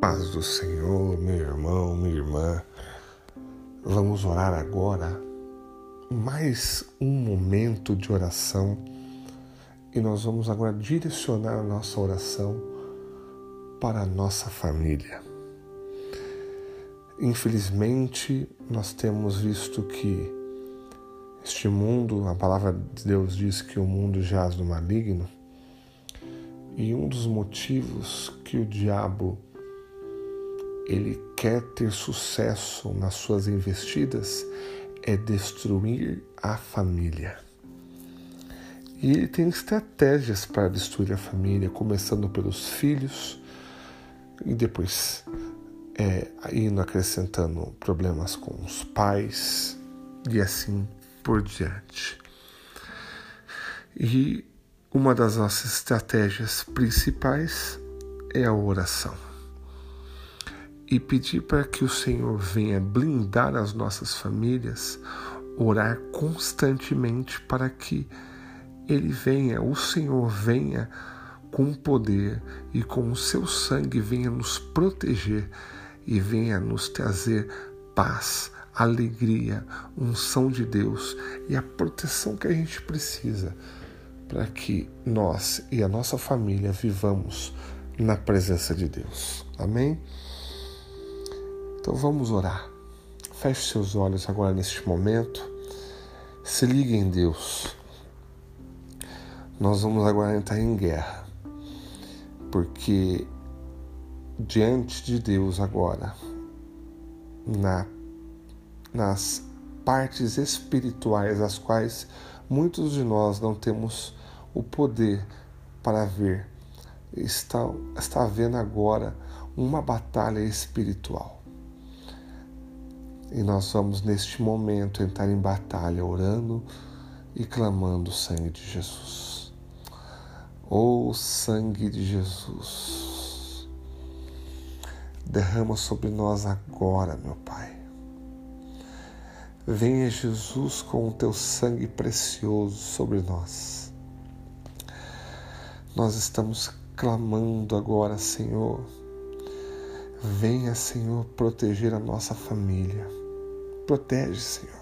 Paz do Senhor, meu irmão, minha irmã. Vamos orar agora, mais um momento de oração, e nós vamos agora direcionar a nossa oração para a nossa família. Infelizmente, nós temos visto que este mundo, a palavra de Deus diz que o mundo jaz no maligno, e um dos motivos que o diabo ele quer ter sucesso nas suas investidas é destruir a família. E ele tem estratégias para destruir a família, começando pelos filhos e depois indo acrescentando problemas com os pais e assim por diante. E uma das nossas estratégias principais é a oração. E pedir para que o Senhor venha blindar as nossas famílias, orar constantemente para que o Senhor venha com poder e com o seu sangue venha nos proteger e venha nos trazer paz, alegria, unção de Deus e a proteção que a gente precisa para que nós e a nossa família vivamos na presença de Deus. Amém? Então vamos orar. Feche seus olhos agora neste momento. Se ligue em Deus. Nós vamos agora entrar em guerra. Porque diante de Deus agora, nas partes espirituais, as quais muitos de nós não temos o poder para ver, está havendo agora uma batalha espiritual. E nós vamos neste momento entrar em batalha, orando e clamando o sangue de Jesus. Ô sangue de Jesus, derrama sobre nós agora, meu Pai. Venha Jesus com o teu sangue precioso sobre nós. Nós estamos clamando agora, Senhor. Venha, Senhor, proteger a nossa família. Protege, Senhor.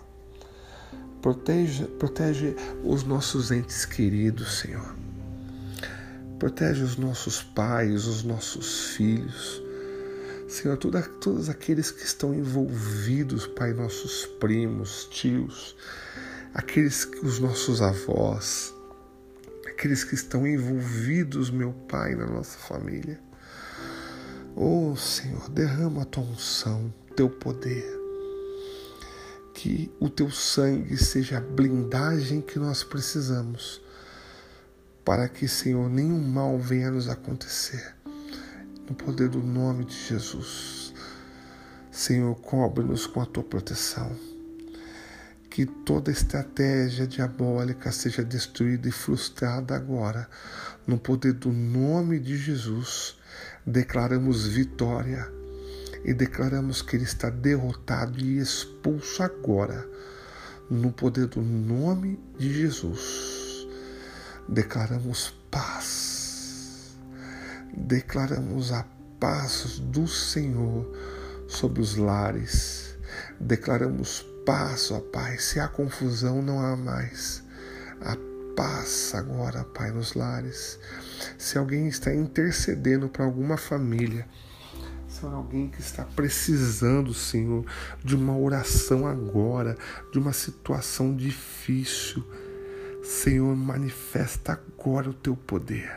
Protege os nossos entes queridos, Senhor. Protege os nossos pais, os nossos filhos. Senhor, todos aqueles que estão envolvidos, Pai, nossos primos, tios, os nossos avós, aqueles que estão envolvidos, meu Pai, na nossa família. Oh, Senhor, derrama a tua unção, teu poder. Que o teu sangue seja a blindagem que nós precisamos para que, Senhor, nenhum mal venha a nos acontecer. No poder do nome de Jesus. Senhor, cobre-nos com a tua proteção. Que toda estratégia diabólica seja destruída e frustrada agora. No poder do nome de Jesus, declaramos vitória. E declaramos que ele está derrotado e expulso agora, no poder do nome de Jesus. Declaramos paz. Declaramos a paz do Senhor sobre os lares. Declaramos paz, ó Pai. Se há confusão, não há mais. A paz agora, Pai, nos lares. Se alguém está intercedendo para alguma família, alguém que está precisando, Senhor, de uma oração agora, de uma situação difícil, Senhor, manifesta agora o teu poder.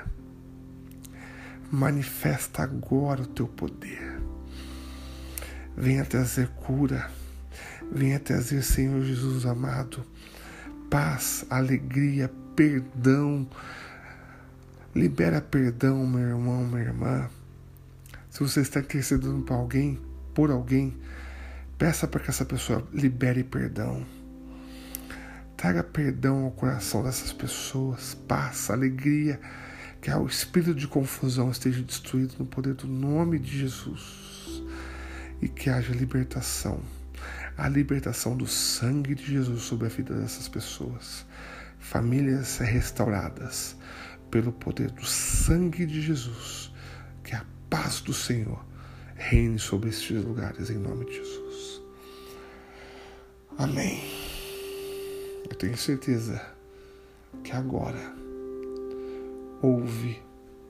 Manifesta agora o teu poder. Venha trazer cura. Venha trazer, Senhor Jesus amado, paz, alegria, perdão. Libera perdão, meu irmão, minha irmã. Se você está intercedendo por alguém, peça para que essa pessoa libere perdão. Traga perdão ao coração dessas pessoas, paz, alegria, que o espírito de confusão esteja destruído no poder do nome de Jesus. E que haja libertação, a libertação do sangue de Jesus sobre a vida dessas pessoas. Famílias restauradas pelo poder do sangue de Jesus. Que a paz do Senhor reine sobre estes lugares, em nome de Jesus. Amém. Eu tenho certeza que agora houve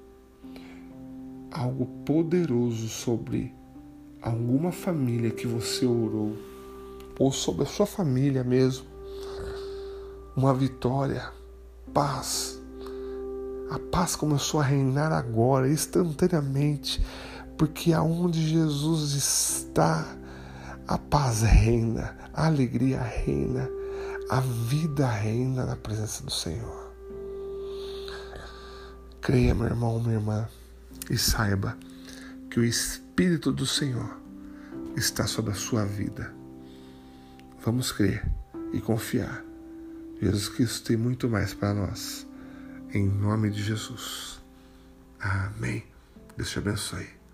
algo poderoso sobre alguma família que você orou, ou sobre a sua família mesmo. Uma vitória, paz. A paz começou a reinar agora, instantaneamente, porque aonde Jesus está, a paz reina, a alegria reina, a vida reina na presença do Senhor. Creia, meu irmão, minha irmã, e saiba que o Espírito do Senhor está sobre a sua vida. Vamos crer e confiar. Jesus Cristo tem muito mais para nós. Em nome de Jesus. Amém. Deus te abençoe.